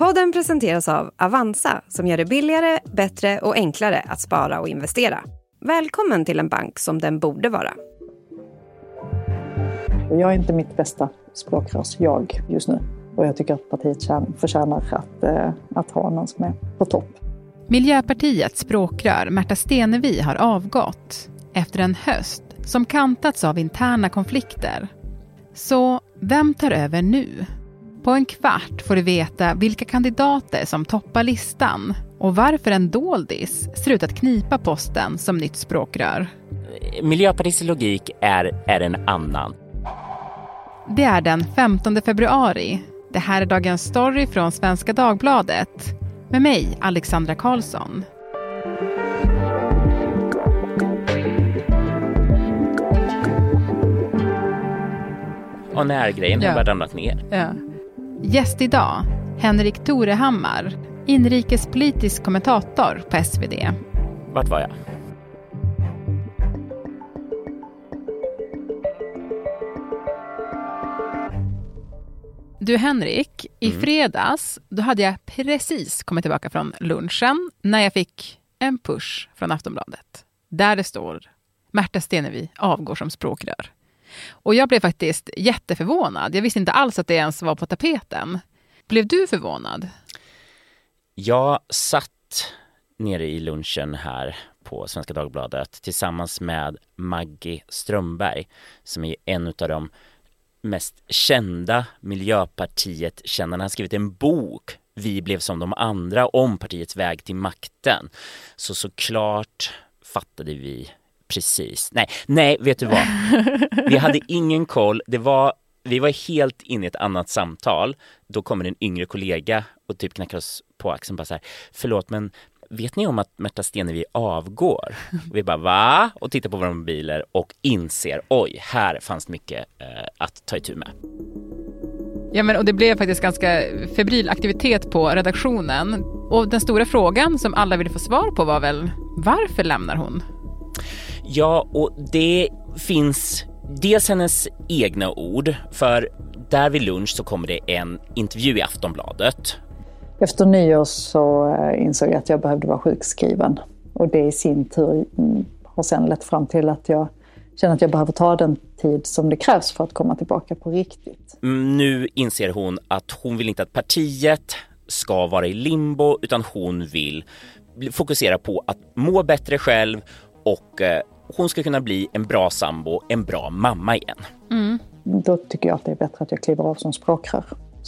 Podden presenteras av Avanza som gör det billigare, bättre och enklare att spara och investera. Välkommen till en bank som den borde vara. Jag är inte mitt bästa språkrörs just nu. Och jag tycker att partiet förtjänar att ha någon som är på topp. Miljöpartiets språkrör Märta Stenevi har avgått efter en höst som kantats av interna konflikter. Så vem tar över nu? På en kvart får du veta vilka kandidater som toppar listan och varför en doldis ser ut att knipa posten som nytt språkrör. Miljöpartiets logik är en annan. Det är den 15 februari. Det här är dagens story från Svenska Dagbladet. Med mig, Alexandra Karlsson. Och när grejen har bara ramlat ner. Ja. Gäst idag, Henrik Torehammar, inrikespolitisk kommentator på SvD. Vart var jag? Du Henrik, i fredags då hade jag precis kommit tillbaka från lunchen när jag fick en push från Aftonbladet. Där det står Märta Stenevi avgår som språkrör. Och jag blev faktiskt jätteförvånad. Jag visste inte alls att det ens var på tapeten. Blev du förvånad? Jag satt nere i lunchen här på Svenska Dagbladet tillsammans med Maggie Strömberg som är en av de mest kända Miljöpartiet-kännarna. Han har skrivit en bok, Vi blev som de andra, om partiets väg till makten. Såklart fattade vi precis. Nej, vet du vad? Vi hade ingen koll. Vi var helt inne i ett annat samtal. Då kommer en yngre kollega och typ knackar oss på axeln bara så här: förlåt, men vet ni om att Märta Stenevi avgår? Och vi bara, va? Och tittar på våra mobiler och inser, oj, här fanns mycket att ta itu med. Ja, men och det blev faktiskt ganska febril aktivitet på redaktionen. Och den stora frågan som alla ville få svar på var väl, varför lämnar hon? Ja, och det finns dels hennes egna ord, för där vid lunch så kommer det en intervju i Aftonbladet. Efter nyår så insåg jag att jag behövde vara sjukskriven. Och det i sin tur har sedan lett fram till att jag känner att jag behöver ta den tid som det krävs för att komma tillbaka på riktigt. Nu inser hon att hon vill inte att partiet ska vara i limbo, utan hon vill fokusera på att må bättre själv och hon ska kunna bli en bra sambo, en bra mamma igen. Då tycker jag att det är bättre att jag kliver av som språkrör.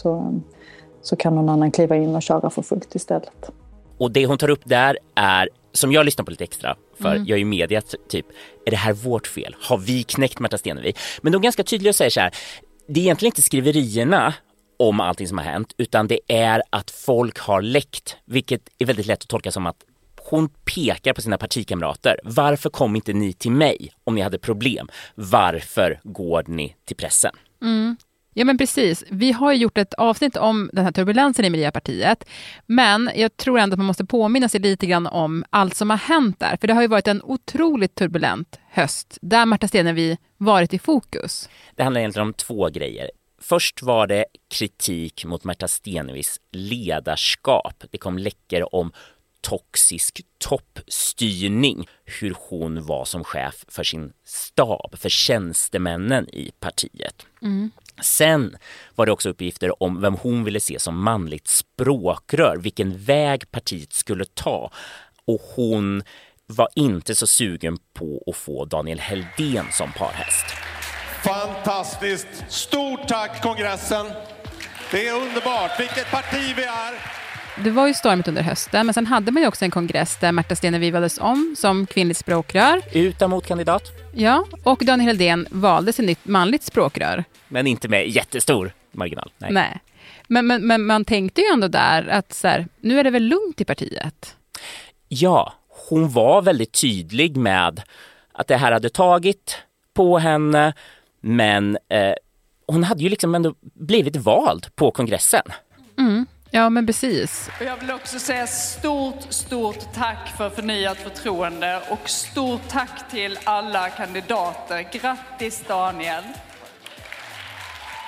Så kan någon annan kliva in och köra för fullt istället. Och det hon tar upp där är, som jag lyssnar på lite extra, för jag är ju media typ, är det här vårt fel? Har vi knäckt Märta Stenevi? Men de är ganska tydliga och säger så här, det är egentligen inte skriverierna om allting som har hänt, utan det är att folk har läckt, vilket är väldigt lätt att tolka som att hon pekar på sina partikamrater. Varför kom inte ni till mig om ni hade problem? Varför går ni till pressen? Ja, men precis. Vi har ju gjort ett avsnitt om den här turbulensen i Miljöpartiet. Men jag tror ändå att man måste påminna sig lite grann om allt som har hänt där. För det har ju varit en otroligt turbulent höst där Märta Stenevi varit i fokus. Det handlar egentligen om två grejer. Först var det kritik mot Märta Stenevis ledarskap. Det kom läckor om toxisk toppstyrning, hur hon var som chef för sin stab, för tjänstemännen i partiet. Sen var det också uppgifter om vem hon ville se som manligt språkrör, vilken väg partiet skulle ta, och hon var inte så sugen på att få Daniel Heldén som parhäst. Fantastiskt! Stort tack kongressen! Det är underbart, vilket parti vi är! Det var ju stormigt under hösten, men sen hade man ju också en kongress där Märta Stenevi valdes om som kvinnligt språkrör. Utan motkandidat. Ja, och Daniel Heldén valde sin nytt manligt språkrör. Men inte med jättestor marginal. Nej. Men man tänkte ju ändå där att så här, nu är det väl lugnt i partiet. Ja, hon var väldigt tydlig med att det här hade tagit på henne, men hon hade ju liksom ändå blivit vald på kongressen. Ja, men precis. Och jag vill också säga stort tack för förnyat förtroende och stort tack till alla kandidater. Grattis Daniel!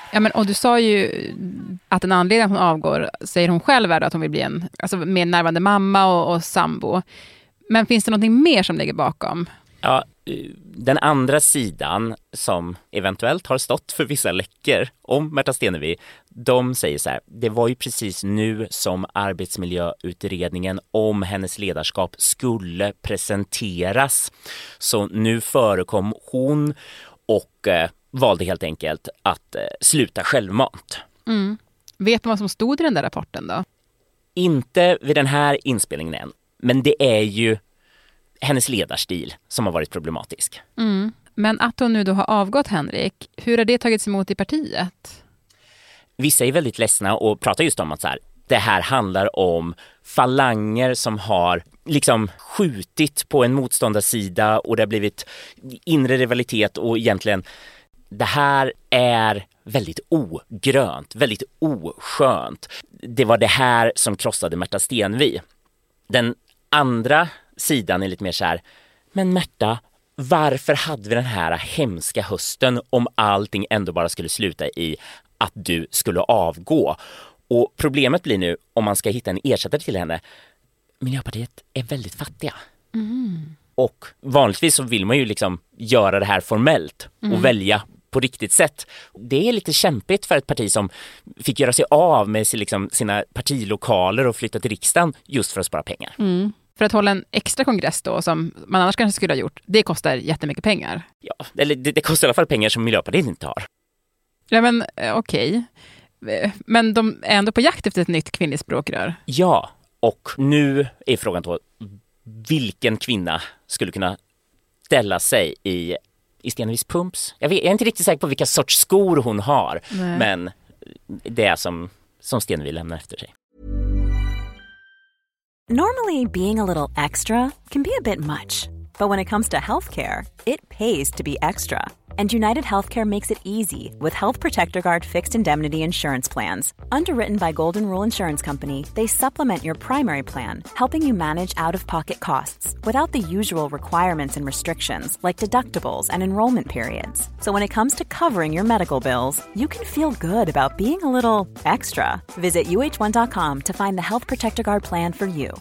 Ja, men, och du sa ju att en anledning att hon avgår, säger hon själv, är att hon vill bli en mer närvarande mamma och sambo. Men finns det någonting mer som ligger bakom? Ja, den andra sidan som eventuellt har stått för vissa läckor om Märta Stenevi, de säger så här: det var ju precis nu som arbetsmiljöutredningen om hennes ledarskap skulle presenteras. Så nu förekom hon och valde helt enkelt att sluta självmant. Mm. Vet man vad som stod i den där rapporten då? Inte vid den här inspelningen än, men det är ju hennes ledarstil som har varit problematisk. Mm. Men att hon nu då har avgått, Henrik, hur har det tagits emot i partiet? Vissa är väldigt ledsna och pratar just om att så här, det här handlar om falanger som har liksom skjutit på en motståndarsida och det har blivit inre rivalitet, och egentligen det här är väldigt ogrönt, väldigt oskönt. Det var det här som krossade Märta Stenevi. Den andra sidan är lite mer så här: men Märta, varför hade vi den här hemska hösten om allting ändå bara skulle sluta i att du skulle avgå? Och problemet blir nu, om man ska hitta en ersättare till henne, Miljöpartiet är väldigt fattiga. Mm. Och vanligtvis så vill man ju liksom göra det här formellt och välja på riktigt sätt. Det är lite kämpigt för ett parti som fick göra sig av med sina partilokaler och flytta till riksdagen just för att spara pengar. Mm. För att hålla en extra kongress då, som man annars kanske skulle ha gjort, det kostar jättemycket pengar. Ja, eller det kostar i alla fall pengar som Miljöpartiet inte har. Ja, men okej. Men de är ändå på jakt efter ett nytt kvinnligt språkrör. Ja, och nu är frågan då, vilken kvinna skulle kunna ställa sig i Stenevis pumps? Jag är inte riktigt säker på vilka sorts skor hon har. Nej. Men det är som Stenevi lämnar efter sig. Normally, being a little extra can be a bit much. But when it comes to healthcare, it pays to be extra. And United Healthcare makes it easy with Health Protector Guard fixed indemnity insurance plans. Underwritten by Golden Rule Insurance Company, they supplement your primary plan, helping you manage out-of-pocket costs without the usual requirements and restrictions like deductibles and enrollment periods. So when it comes to covering your medical bills, you can feel good about being a little extra. Visit uh1.com to find the Health Protector Guard plan for you.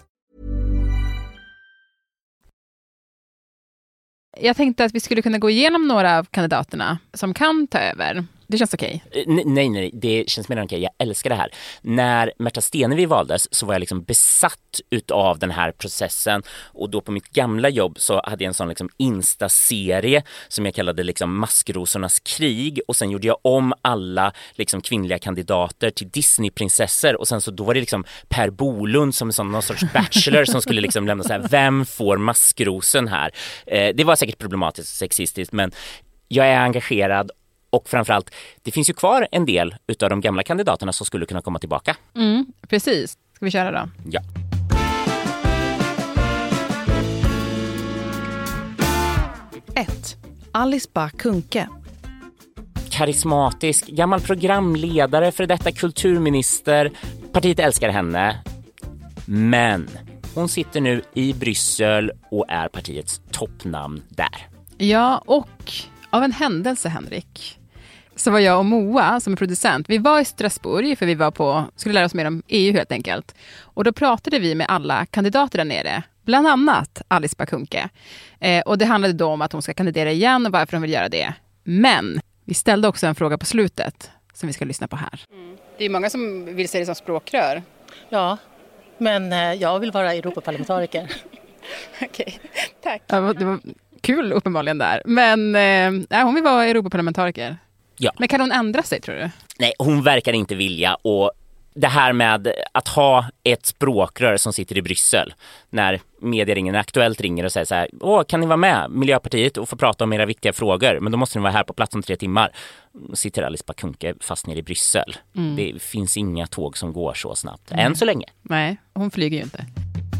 Jag tänkte att vi skulle kunna gå igenom några av kandidaterna som kan ta över. Det känns okej. Nej, det känns mer än okej. Jag älskar det här. När Märta Stenevi valdes så var jag liksom besatt utav den här processen. Och då på mitt gamla jobb så hade jag en sån liksom Insta-serie som jag kallade liksom Maskrosornas krig. Och sen gjorde jag om alla liksom kvinnliga kandidater till Disney-prinsessor. Och sen så då var det liksom Per Bolund som någon sorts bachelor som skulle liksom lämna så här: vem får maskrosen här? Det var säkert problematiskt och sexistiskt, men jag är engagerad. Och framförallt, det finns ju kvar en del utav de gamla kandidaterna som skulle kunna komma tillbaka. Precis. Ska vi köra då? Ja. Alice Bah Kuhnke. Karismatisk, gammal programledare, för detta kulturminister. Partiet älskar henne. Men hon sitter nu i Bryssel och är partiets toppnamn där. Ja, och av en händelse, Henrik, så var jag och Moa som är producent. Vi var i Strasbourg för vi skulle lära oss mer om EU helt enkelt. Och då pratade vi med alla kandidater där nere. Bland annat Alice Bah Kuhnke. Och det handlade då om att hon ska kandidera igen och varför hon vill göra det. Men vi ställde också en fråga på slutet som vi ska lyssna på här. Det är många som vill se det som språkrör. Ja, men jag vill vara Europaparlamentariker. Okej, tack. Ja, det var kul uppenbarligen där. Men hon vill vara Europaparlamentariker. Ja. Men kan hon ändra sig, tror du? Nej, hon verkar inte vilja. Och det här med att ha ett språkrör som sitter i Bryssel när medieringen Aktuellt ringer och säger så här: kan ni vara med Miljöpartiet och få prata om era viktiga frågor, men då måste ni vara här på plats om 3 timmar. Sitter Alice Bah Kuhnke fast ner i Bryssel. Det finns inga tåg som går så snabbt. Än så länge. Nej, hon flyger ju inte.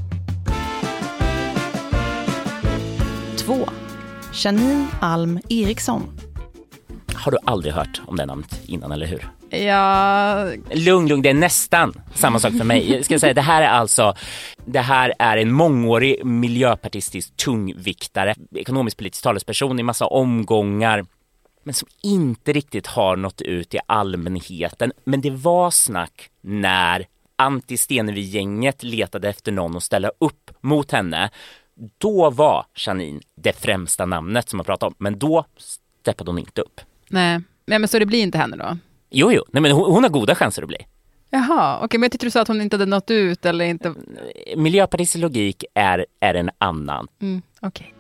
2. Janine Alm Eriksson. Har du aldrig hört om det namnet innan, eller hur? Ja. Lugn, det är nästan samma sak för mig. Jag ska säga, det här är en mångårig miljöpartistisk tungviktare, ekonomisk politisk talesperson i massa omgångar. men som inte riktigt har nått ut i allmänheten. Men det var snack när anti-Stenevi-gänget letade efter någon att ställa upp mot henne. Då var Janine det främsta namnet som man pratade om. Men då steppade hon inte upp. Nej, men så det blir inte henne då? Jo. Nej, men hon har goda chanser att bli. Jaha, okej, men jag tyckte du sa att hon inte hade nått ut eller inte... Miljöpartiets logik är en annan. Okej.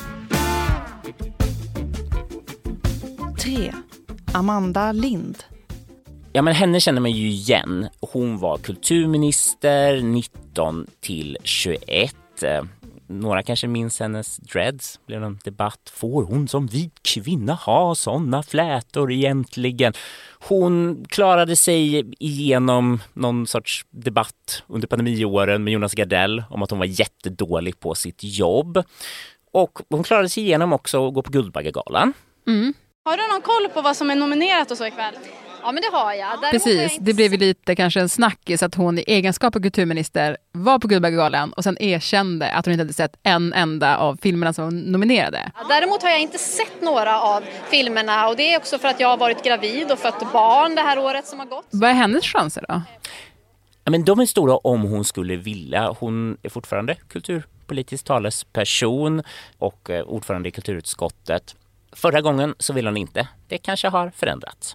3. Amanda Lind. Ja, men henne känner man ju igen. Hon var kulturminister 19 till 21. Några kanske minns hennes dreads. Blev en debatt. Får hon som vit kvinna ha såna flätor egentligen? Hon klarade sig igenom någon sorts debatt under pandemiåren med Jonas Gardell om att hon var jättedålig på sitt jobb. Och hon klarade sig igenom också att gå på Guldbaggegalan. Har du någon koll på vad som är nominerat och så ikväll? Ja, men det har jag. Däremot Precis, det blev ju lite kanske en snackis att hon i egenskap av kulturminister var på Guldbaggegalan och sen erkände att hon inte hade sett en enda av filmerna som hon nominerade. Däremot har jag inte sett några av filmerna och det är också för att jag har varit gravid och fött barn det här året som har gått. Vad är hennes chanser då? Ja, men de är stora om hon skulle vilja. Hon är fortfarande kulturpolitisk talesperson och ordförande i kulturutskottet. Förra gången så ville hon inte. Det kanske har förändrats.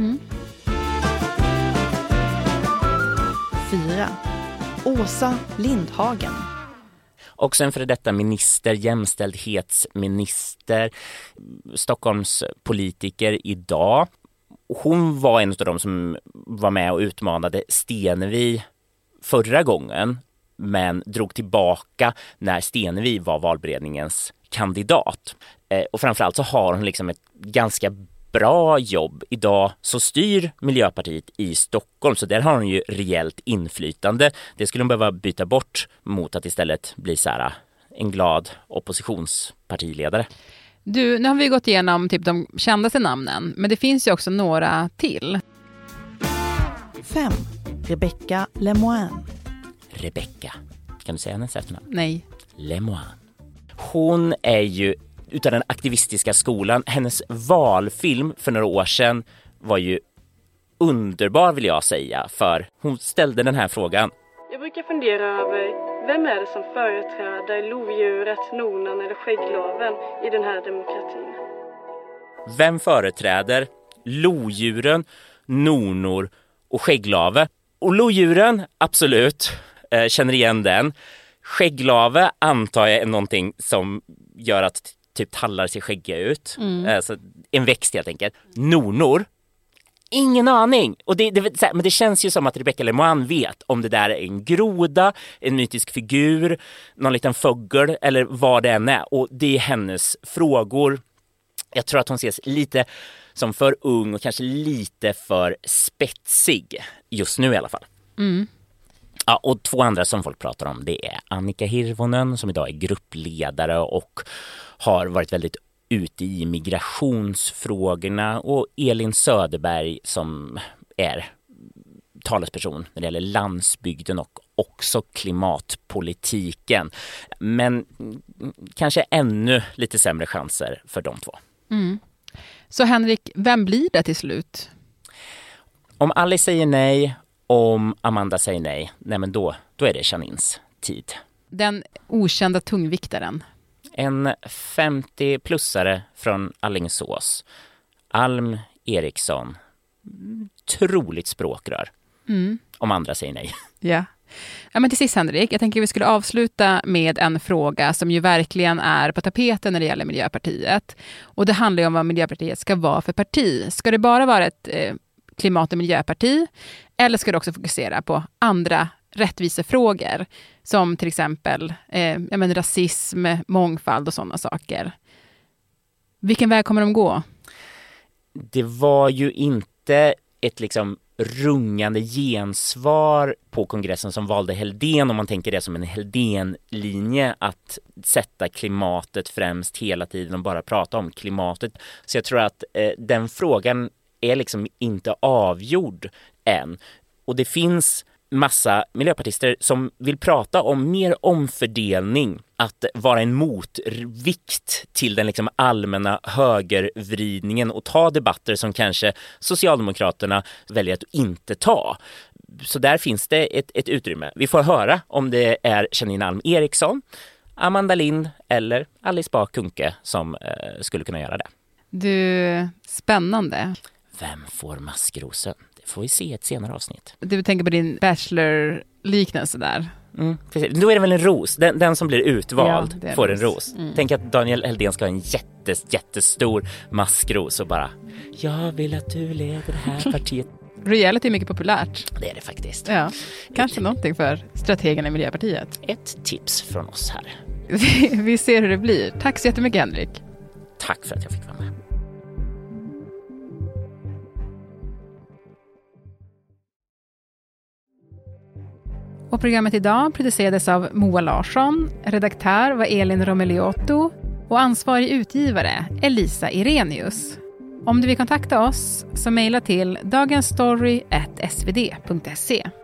4. Åsa Lindhagen. Och sen för detta minister, jämställdhetsminister, Stockholms politiker idag. Hon var en av dem som var med och utmanade Stenevi förra gången, men drog tillbaka när Stenevi var valberedningens kandidat. Och framförallt så har hon liksom ett ganska bra jobb. Idag så styr Miljöpartiet i Stockholm, så där har hon ju rejält inflytande. Det skulle hon behöva byta bort mot att istället bli så här en glad oppositionspartiledare. Du, nu har vi gått igenom typ de kändaste namnen, men det finns ju också några till. 5. Rebecca Lemoine. Rebecca. Kan du säga hennes efternamn? Nej. Lemoine. Hon är ju utav den aktivistiska skolan. Hennes valfilm för några år sedan var ju underbar, vill jag säga, för hon ställde den här frågan. Jag brukar fundera över vem är det som företräder lovdjuret, nonan eller skägglaven i den här demokratin? Vem företräder lodjuren, nonor och skägglave? Och lodjuren, absolut, känner igen den. Skägglave antar jag är någonting som gör att typ tallar ser skäggiga ut. Alltså, en växt helt enkelt. Nonor, ingen aning. Och men det känns ju som att Rebecca Lemoine vet om det där är en groda, en mytisk figur, någon liten fågel eller vad det än är. Och det är hennes frågor. Jag tror att hon ses lite som för ung och kanske lite för spetsig. Just nu i alla fall. Ja, och 2 andra som folk pratar om, det är Annika Hirvonen som idag är gruppledare och har varit väldigt ute i migrationsfrågorna, och Elin Söderberg som är talesperson när det gäller landsbygden och också klimatpolitiken. Men kanske ännu lite sämre chanser för de 2. Så Henrik, vem blir det till slut? Om Alice säger nej, om Amanda säger nej, men då är det Janines tid. Den okända tungviktaren. En 50-plussare från Alingsås. Alm Eriksson. Troligt språkrör. Om andra säger nej. Ja. Ja, men till sist Henrik, jag tänker att vi skulle avsluta med en fråga som ju verkligen är på tapeten när det gäller Miljöpartiet. Och det handlar ju om vad Miljöpartiet ska vara för parti. Ska det bara vara ett klimat- och miljöparti, eller ska det också fokusera på andra rättvisefrågor som till exempel rasism, mångfald och sådana saker? Vilken väg kommer de gå? Det var ju inte ett rungande gensvar på kongressen som valde Helldén, om man tänker det som en Helldén-linje, att sätta klimatet främst hela tiden och bara prata om klimatet. Så jag tror att den frågan är inte avgjord än. Och det finns massa miljöpartister som vill prata om mer omfördelning, att vara en motvikt till den liksom allmänna högervridningen och ta debatter som kanske Socialdemokraterna väljer att inte ta. Så där finns det ett utrymme. Vi får höra om det är Janine Alm Eriksson, Amanda Lind eller Alice Bah Kuhnke som skulle kunna göra det. Du, spännande. Vem får maskrosen? Det får vi se i ett senare avsnitt. Du tänker på din bachelor-liknelse där. Precis. Då är det väl en ros. Den som blir utvald får en ros. Mm. Tänk att Daniel Helldén ska ha en jättestor maskros och bara, jag vill att du leder det här partiet. Reality är mycket populärt. Det är det faktiskt. Ja, kanske någonting för strategerna i Miljöpartiet. Ett tips från oss här. Vi ser hur det blir. Tack så jättemycket, Henrik. Tack för att jag fick vara med. Och programmet idag producerades av Moa Larsson, redaktör var Elin Romeliotto och ansvarig utgivare Elisa Irenius. Om du vill kontakta oss så mejla till dagensstory@svd.se.